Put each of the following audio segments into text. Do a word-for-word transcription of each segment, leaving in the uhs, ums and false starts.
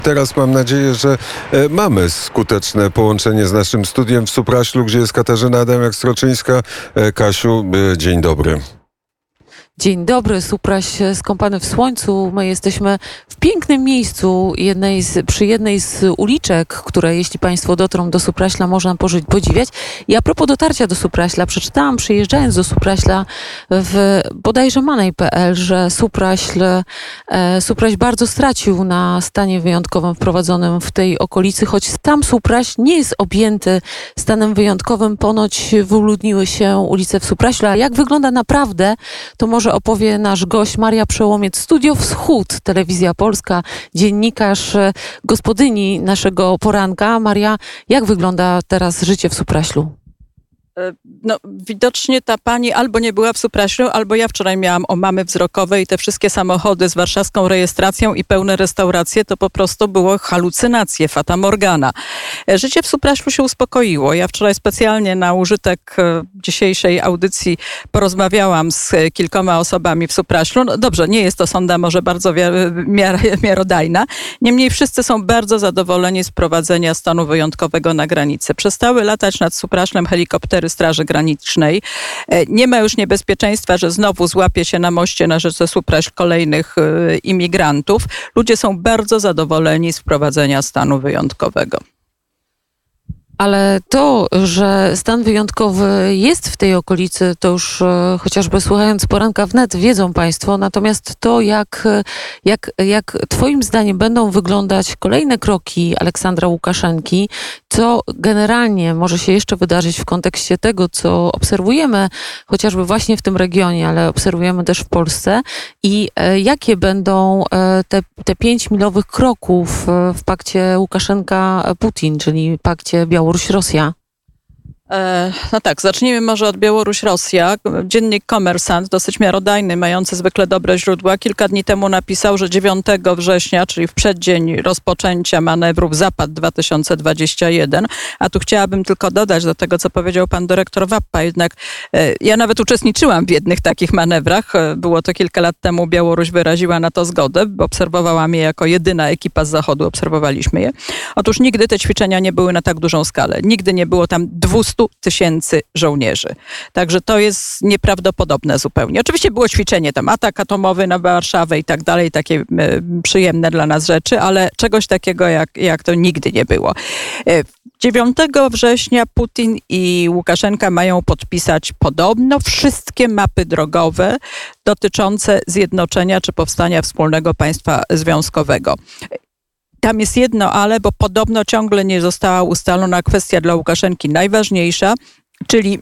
Teraz mam nadzieję, że e, mamy skuteczne połączenie z naszym studiem w Supraślu, gdzie jest Katarzyna Adamiak-Stroczyńska. E, Kasiu, e, dzień dobry. Dzień dobry, Supraś skąpany w słońcu. My jesteśmy w pięknym miejscu jednej z, przy jednej z uliczek, które jeśli Państwo dotrą do Supraśla, można pożyć, podziwiać. I a propos dotarcia do Supraśla, przeczytałam przyjeżdżając do Supraśla w bodajże manej kropka pe el, że Supraśl, e, Supraś bardzo stracił na stanie wyjątkowym wprowadzonym w tej okolicy, choć sam Supraś nie jest objęty stanem wyjątkowym. Ponoć wyludniły się ulice w Supraślu. A jak wygląda naprawdę, to może opowie nasz gość Maria Przełomiec, Studio Wschód, Telewizja Polska, dziennikarz, gospodyni naszego poranka. Maria, jak wygląda teraz życie w Supraślu? No, widocznie ta pani albo nie była w Supraślu, albo ja wczoraj miałam omamy wzrokowe i te wszystkie samochody z warszawską rejestracją i pełne restauracje, to po prostu było halucynacje, fata morgana. Życie w Supraślu się uspokoiło. Ja wczoraj specjalnie na użytek dzisiejszej audycji porozmawiałam z kilkoma osobami w Supraślu. No dobrze, nie jest to sonda może bardzo miar- miarodajna. Niemniej wszyscy są bardzo zadowoleni z wprowadzenia stanu wyjątkowego na granicy. Przestały latać nad Supraślem helikoptery Straży Granicznej. Nie ma już niebezpieczeństwa, że znowu złapie się na moście na rzece Supraśl kolejnych imigrantów. Ludzie są bardzo zadowoleni z wprowadzenia stanu wyjątkowego. Ale to, że stan wyjątkowy jest w tej okolicy, to już e, chociażby słuchając poranka wnet wiedzą Państwo. Natomiast to, jak, jak, jak Twoim zdaniem będą wyglądać kolejne kroki Aleksandra Łukaszenki, co generalnie może się jeszcze wydarzyć w kontekście tego, co obserwujemy chociażby właśnie w tym regionie, ale obserwujemy też w Polsce i e, jakie będą e, te, te pięć milowych kroków e, w pakcie Łukaszenka-Putin, czyli pakcie Białoruś Rosja. No tak, zacznijmy może od Białoruś-Rosja. Dziennik Komersant, dosyć miarodajny, mający zwykle dobre źródła, kilka dni temu napisał, że dziewiątego września, czyli w przeddzień rozpoczęcia manewrów Zapad dwa tysiące dwudziesty pierwszy, a tu chciałabym tylko dodać do tego, co powiedział pan dyrektor Wappa, jednak ja nawet uczestniczyłam w jednych takich manewrach, było to kilka lat temu, Białoruś wyraziła na to zgodę, bo obserwowałam je jako jedyna ekipa z Zachodu, obserwowaliśmy je. Otóż nigdy te ćwiczenia nie były na tak dużą skalę, nigdy nie było tam dwieście tysięcy żołnierzy. Także to jest nieprawdopodobne zupełnie. Oczywiście było ćwiczenie, tam atak atomowy na Warszawę i tak dalej, takie e, przyjemne dla nas rzeczy, ale czegoś takiego jak, jak to nigdy nie było. E, dziewiątego września Putin i Łukaszenka mają podpisać podobno wszystkie mapy drogowe dotyczące zjednoczenia czy powstania wspólnego państwa związkowego. Tam jest jedno ale, bo podobno ciągle nie została ustalona kwestia dla Łukaszenki najważniejsza, czyli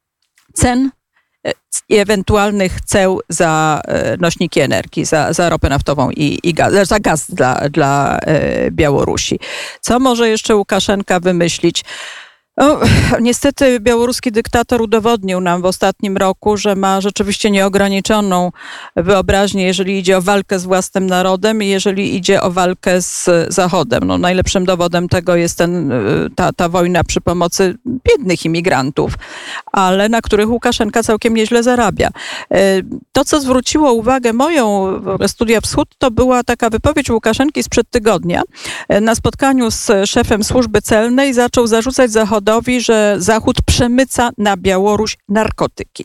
cen i ewentualnych ceł za nośniki energii, za, za ropę naftową i, i gaz, za gaz dla, dla Białorusi. Co może jeszcze Łukaszenka wymyślić? No, niestety białoruski dyktator udowodnił nam w ostatnim roku, że ma rzeczywiście nieograniczoną wyobraźnię, jeżeli idzie o walkę z własnym narodem i jeżeli idzie o walkę z Zachodem. No, najlepszym dowodem tego jest ten, ta, ta wojna przy pomocy biednych imigrantów, ale na których Łukaszenka całkiem nieźle zarabia. To, co zwróciło uwagę moją Studia Wschód, to była taka wypowiedź Łukaszenki sprzed tygodnia. Na spotkaniu z szefem służby celnej zaczął zarzucać Zachodowi, że Zachód przemyca na Białoruś narkotyki.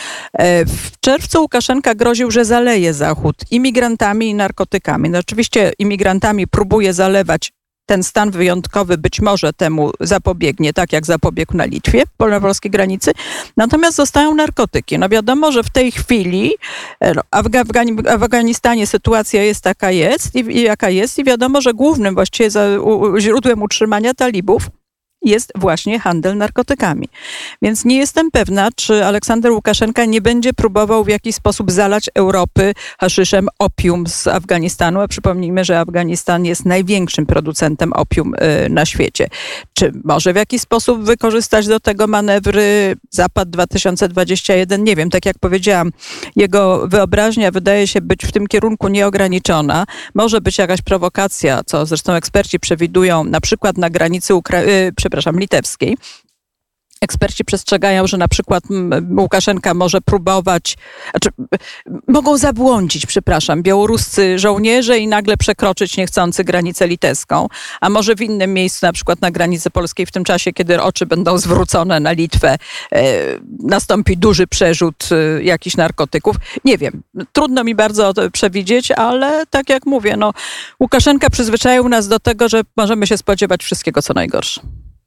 W czerwcu Łukaszenka groził, że zaleje Zachód imigrantami i narkotykami. No oczywiście imigrantami próbuje zalewać ten stan wyjątkowy, być może temu zapobiegnie, tak jak zapobiegł na Litwie, na polskiej granicy. Natomiast zostają narkotyki. No wiadomo, że w tej chwili no, w Afganistanie sytuacja jest taka jest i, i jaka jest i wiadomo, że głównym właściwie za, u, źródłem utrzymania talibów jest właśnie handel narkotykami. Więc nie jestem pewna, czy Aleksander Łukaszenka nie będzie próbował w jakiś sposób zalać Europy haszyszem opium z Afganistanu. A przypomnijmy, że Afganistan jest największym producentem opium na świecie. Czy może w jakiś sposób wykorzystać do tego manewry Zapad dwa tysiące dwudziesty pierwszy? Nie wiem, tak jak powiedziałam, jego wyobraźnia wydaje się być w tym kierunku nieograniczona. Może być jakaś prowokacja, co zresztą eksperci przewidują, na przykład na granicy Ukra- przepraszam, litewskiej. Eksperci przestrzegają, że na przykład Łukaszenka może próbować, znaczy mogą zabłądzić, przepraszam, białoruscy żołnierze i nagle przekroczyć niechcący granicę litewską, a może w innym miejscu, na przykład na granicy polskiej, w tym czasie, kiedy oczy będą zwrócone na Litwę, e, nastąpi duży przerzut e, jakichś narkotyków. Nie wiem, trudno mi bardzo to przewidzieć, ale tak jak mówię, no, Łukaszenka przyzwyczaił nas do tego, że możemy się spodziewać wszystkiego, co najgorsze.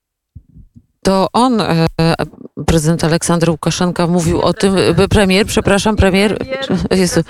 To on, prezydent Aleksander Łukaszenka, mówił o tym, premier, przepraszam, premier, Jezu.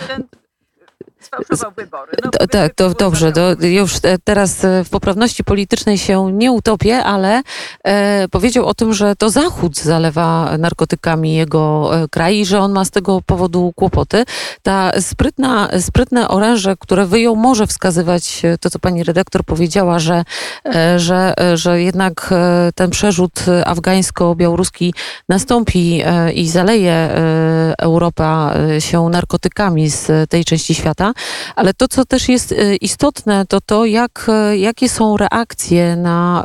Sfałszował wybory. No, to, tak, to dobrze. To już teraz w poprawności politycznej się nie utopię, ale e, powiedział o tym, że to Zachód zalewa narkotykami jego kraj i że on ma z tego powodu kłopoty. Ta sprytna, sprytne oręże, które wyjął, może wskazywać to, co pani redaktor powiedziała, że, e, że, że jednak ten przerzut afgańsko-białoruski nastąpi e, i zaleje e, Europa się narkotykami z tej części świata. Ale to, co też jest istotne, to to, jak, jakie są reakcje na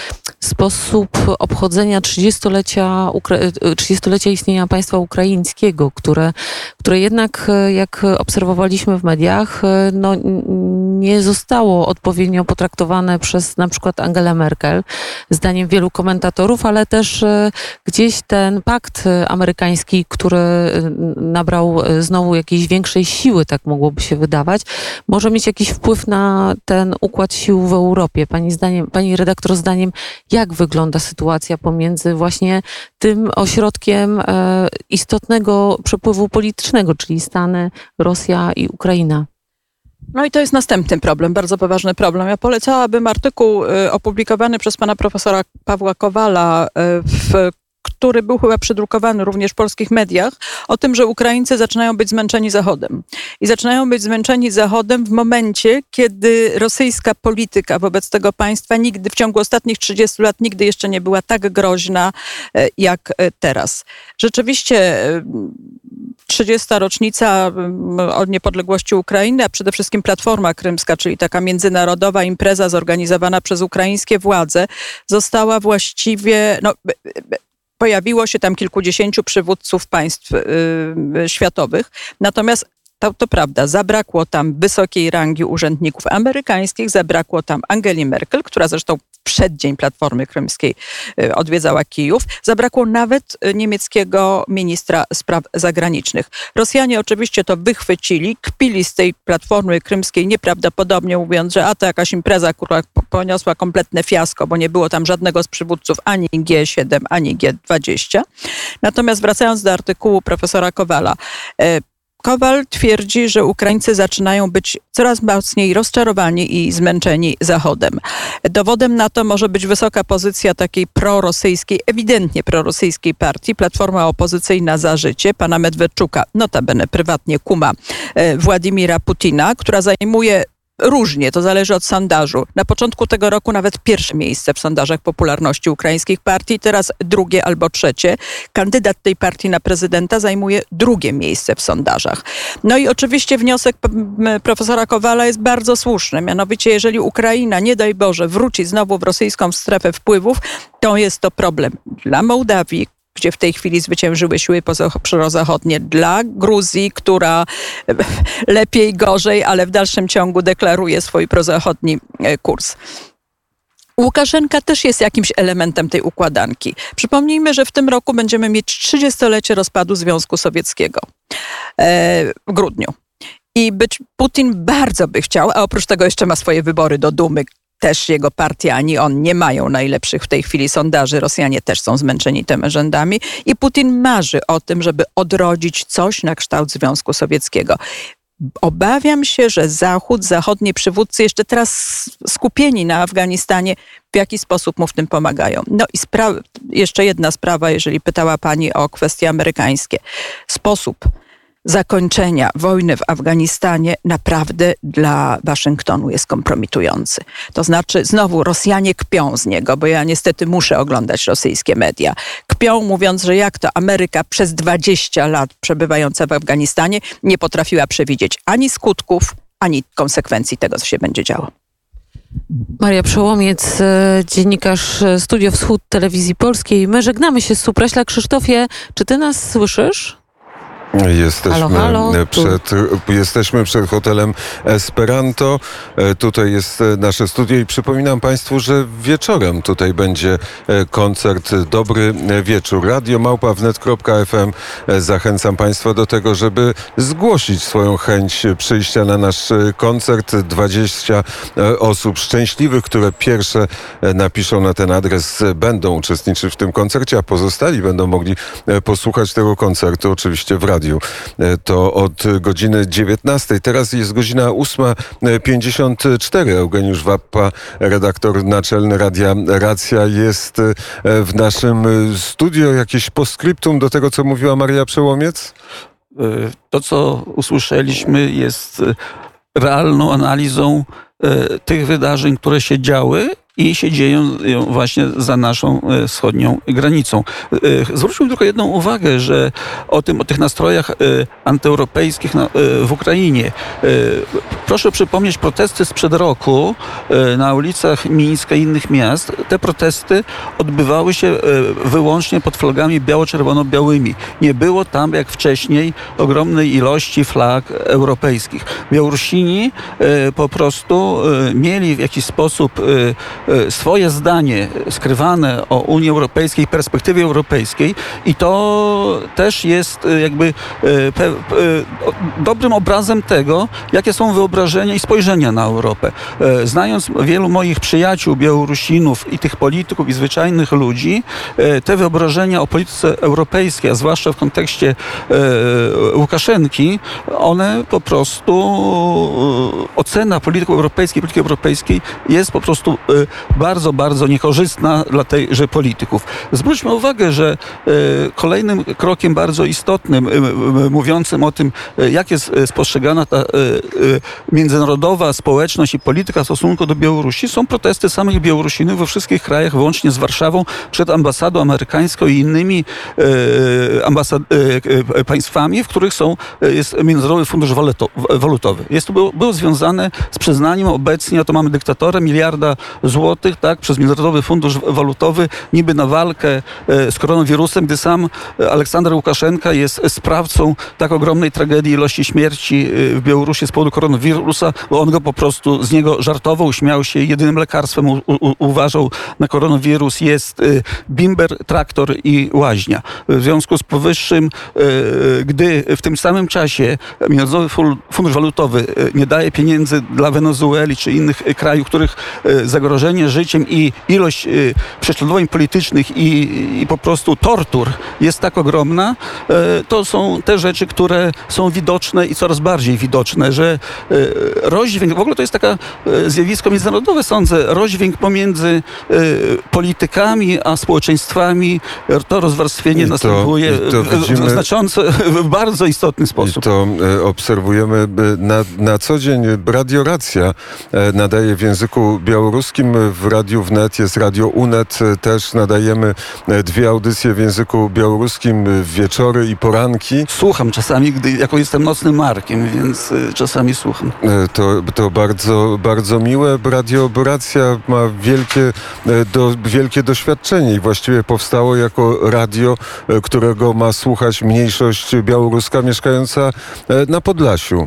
sposób obchodzenia trzydziestolecia, trzydziestolecia istnienia państwa ukraińskiego, które, które jednak, jak obserwowaliśmy w mediach, no, nie zostało odpowiednio potraktowane przez na przykład Angelę Merkel, zdaniem wielu komentatorów, ale też gdzieś ten pakt amerykański, który nabrał znowu jakiejś większej siły, tak mogłoby się wydawać, może mieć jakiś wpływ na ten układ sił w Europie. Pani zdaniem, pani redaktor, zdaniem, jak wygląda sytuacja pomiędzy właśnie tym ośrodkiem e, istotnego przepływu politycznego, czyli Stany, Rosja i Ukraina? No i to jest następny problem, bardzo poważny problem. Ja polecałabym artykuł y, opublikowany przez pana profesora Pawła Kowala, y, w który był chyba przedrukowany również w polskich mediach, o tym, że Ukraińcy zaczynają być zmęczeni Zachodem. I zaczynają być zmęczeni Zachodem w momencie, kiedy rosyjska polityka wobec tego państwa nigdy w ciągu ostatnich trzydziestu lat nigdy jeszcze nie była tak groźna jak teraz. Rzeczywiście trzydziesta rocznica od niepodległości Ukrainy, a przede wszystkim Platforma Krymska, czyli taka międzynarodowa impreza zorganizowana przez ukraińskie władze, została właściwie... No, pojawiło się tam kilkudziesięciu przywódców państw y, światowych. Natomiast to, to prawda, zabrakło tam wysokiej rangi urzędników amerykańskich, zabrakło tam Angeli Merkel, która zresztą w przeddzień Platformy Krymskiej y, odwiedzała Kijów. Zabrakło nawet niemieckiego ministra spraw zagranicznych. Rosjanie oczywiście to wychwycili, kpili z tej Platformy Krymskiej nieprawdopodobnie, mówiąc, że a to jakaś impreza, która poniosła kompletne fiasko, bo nie było tam żadnego z przywódców ani G siedem, ani G dwadzieścia. Natomiast wracając do artykułu profesora Kowala, y, Kowal twierdzi, że Ukraińcy zaczynają być coraz mocniej rozczarowani i zmęczeni Zachodem. Dowodem na to może być wysoka pozycja takiej prorosyjskiej, ewidentnie prorosyjskiej partii, Platforma Opozycyjna za Życie, pana Medwedczuka, notabene prywatnie kuma Władimira Putina, która zajmuje różnie, to zależy od sondażu. Na początku tego roku nawet pierwsze miejsce w sondażach popularności ukraińskich partii, teraz drugie albo trzecie. Kandydat tej partii na prezydenta zajmuje drugie miejsce w sondażach. No i oczywiście wniosek profesora Kowala jest bardzo słuszny. Mianowicie, jeżeli Ukraina, nie daj Boże, wróci znowu w rosyjską strefę wpływów, to jest to problem dla Mołdawii, gdzie w tej chwili zwyciężyły siły prozachodnie, dla Gruzji, która lepiej, gorzej, ale w dalszym ciągu deklaruje swój prozachodni kurs. Łukaszenka też jest jakimś elementem tej układanki. Przypomnijmy, że w tym roku będziemy mieć trzydziestolecie rozpadu Związku Sowieckiego w grudniu. I być Putin bardzo by chciał, a oprócz tego jeszcze ma swoje wybory do Dumy. Też jego partia, ani on nie mają najlepszych w tej chwili sondaży. Rosjanie też są zmęczeni tymi rzędami. I Putin marzy o tym, żeby odrodzić coś na kształt Związku Sowieckiego. Obawiam się, że Zachód, zachodni przywódcy jeszcze teraz skupieni na Afganistanie w jaki sposób mu w tym pomagają. No i spra- jeszcze jedna sprawa, jeżeli pytała pani o kwestie amerykańskie. Sposób zakończenia wojny w Afganistanie naprawdę dla Waszyngtonu jest kompromitujący. To znaczy znowu Rosjanie kpią z niego, bo ja niestety muszę oglądać rosyjskie media. Kpią, mówiąc, że jak to Ameryka przez dwadzieścia lat przebywająca w Afganistanie nie potrafiła przewidzieć ani skutków, ani konsekwencji tego, co się będzie działo. Maria Przełomiec, e, dziennikarz e, Studio Wschód Telewizji Polskiej. My żegnamy się z Supraśla. Krzysztofie, czy ty nas słyszysz? Jesteśmy, Halo, halo, przed, jesteśmy przed hotelem Esperanto. Tutaj jest nasze studio i przypominam Państwu, że wieczorem tutaj będzie koncert Dobry Wieczór. Radio małpa wnet kropka ef em. Zachęcam Państwa do tego, żeby zgłosić swoją chęć przyjścia na nasz koncert. dwadzieścia osób szczęśliwych, które pierwsze napiszą na ten adres, będą uczestniczyć w tym koncercie, a pozostali będą mogli posłuchać tego koncertu oczywiście w radiu. To od godziny dziewiętnastej. Teraz jest godzina ósma pięćdziesiąt cztery. Eugeniusz Wappa, redaktor naczelny Radia Racja, jest w naszym studio. Jakieś postscriptum do tego, co mówiła Maria Przełomiec? To, co usłyszeliśmy, jest realną analizą tych wydarzeń, które się działy i się dzieją właśnie za naszą wschodnią granicą. Zwróćmy tylko jedną uwagę, że o tym, o tych nastrojach antyeuropejskich w Ukrainie. Proszę przypomnieć protesty sprzed roku na ulicach Mińska i innych miast. Te protesty odbywały się wyłącznie pod flagami biało-czerwono-białymi. Nie było tam, jak wcześniej, ogromnej ilości flag europejskich. Białorusini po prostu mieli w jakiś sposób swoje zdanie skrywane o Unii Europejskiej, perspektywie europejskiej i to też jest jakby pe, pe, dobrym obrazem tego, jakie są wyobrażenia i spojrzenia na Europę. Znając wielu moich przyjaciół, Białorusinów i tych polityków i zwyczajnych ludzi, te wyobrażenia o polityce europejskiej, a zwłaszcza w kontekście Łukaszenki, one po prostu, ocena polityki europejskiej, polityki europejskiej jest po prostu bardzo, bardzo niekorzystna dla tejże polityków. Zwróćmy uwagę, że kolejnym krokiem bardzo istotnym, mówiącym o tym, jak jest spostrzegana ta międzynarodowa społeczność i polityka w stosunku do Białorusi, są protesty samych Białorusinów we wszystkich krajach, włącznie z Warszawą, przed ambasadą amerykańską i innymi ambasad- państwami, w których są, jest Międzynarodowy Fundusz Walutowy. Jest to było, było związane z przyznaniem obecnie, a to mamy dyktatora, miliarda złotych, tak, przez Międzynarodowy Fundusz Walutowy, niby na walkę z koronawirusem, gdy sam Aleksander Łukaszenka jest sprawcą tak ogromnej tragedii, ilości śmierci w Białorusi z powodu koronawirusa, bo on go po prostu z niego żartował, śmiał się i jedynym lekarstwem u, u, uważał na koronawirus jest bimber, traktor i łaźnia. W związku z powyższym, gdy w tym samym czasie Międzynarodowy Fundusz Walutowy nie daje pieniędzy dla Wenezueli czy innych krajów, których zagrożenie życiem i ilość prześladowań politycznych i, i po prostu tortur jest tak ogromna, to są te rzeczy, które są widoczne i coraz bardziej widoczne, że rozdźwięk, w ogóle to jest takie zjawisko międzynarodowe, sądzę, rozdźwięk pomiędzy politykami a społeczeństwami, to rozwarstwienie I to, następuje i to widzimy, w znacząco, w bardzo istotny sposób. I to obserwujemy na, na co dzień. Radio Racja nadaje w języku białoruskim, w Radiu Wnet jest Radio Unet, też nadajemy dwie audycje w języku białoruskim, wieczory i poranki. Słucham czasami, gdy jako jestem nocnym markiem, więc czasami słucham. To, to bardzo, bardzo miłe. Radio Racja ma wielkie, do, wielkie doświadczenie i właściwie powstało jako radio, którego ma słuchać mniejszość białoruska mieszkająca na Podlasiu.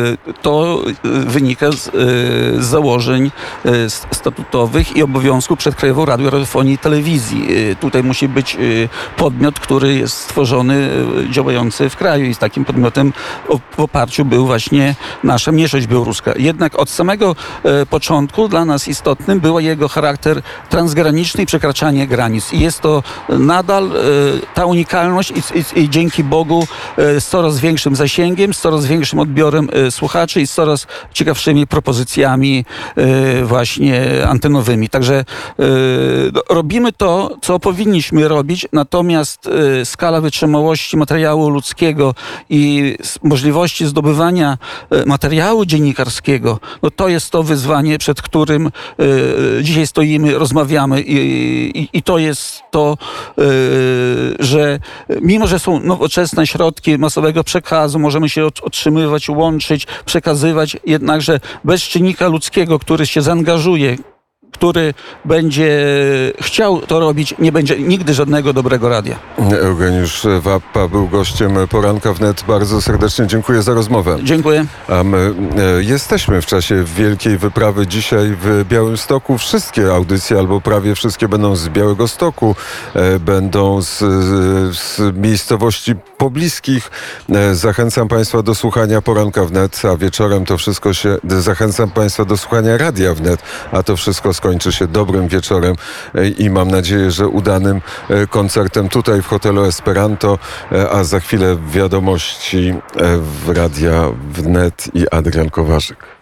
To wynika z, z założeń statutowych i obowiązków przed Krajową Radą Radiofonii i Telewizji. Tutaj musi być podmiot, który jest stworzony, działający w kraju i z takim podmiotem w oparciu był właśnie nasza mniejszość białoruska. Jednak od samego początku dla nas istotnym był jego charakter transgraniczny i przekraczanie granic. I jest to nadal ta unikalność i, i, i dzięki Bogu z coraz większym zasięgiem, z coraz większym odbiorem słuchaczy i z coraz ciekawszymi propozycjami właśnie anty antenowymi. Także y, robimy to, co powinniśmy robić, natomiast y, skala wytrzymałości materiału ludzkiego i s- możliwości zdobywania y, materiału dziennikarskiego, no to jest to wyzwanie, przed którym y, dzisiaj stoimy, rozmawiamy i, i, i to jest to, y, że mimo, że są nowoczesne środki masowego przekazu, możemy się od- otrzymywać, łączyć, przekazywać, jednakże bez czynnika ludzkiego, który się zaangażuje, który będzie chciał to robić, nie będzie nigdy żadnego dobrego radia. Eugeniusz Wappa był gościem Poranka Wnet. Bardzo serdecznie dziękuję za rozmowę. Dziękuję. A my e, jesteśmy w czasie wielkiej wyprawy dzisiaj w Białymstoku. Wszystkie audycje, albo prawie wszystkie, będą z Białegostoku, e, będą z, z miejscowości pobliskich. E, zachęcam Państwa do słuchania Poranka Wnet, a wieczorem to wszystko się... Zachęcam Państwa do słuchania Radia Wnet, a to wszystko skończy się dobrym wieczorem e, i mam nadzieję, że udanym e, koncertem tutaj w hotelu Esperanto, e, a za chwilę wiadomości e, w Radia Wnet i Adrian Kowarzyk.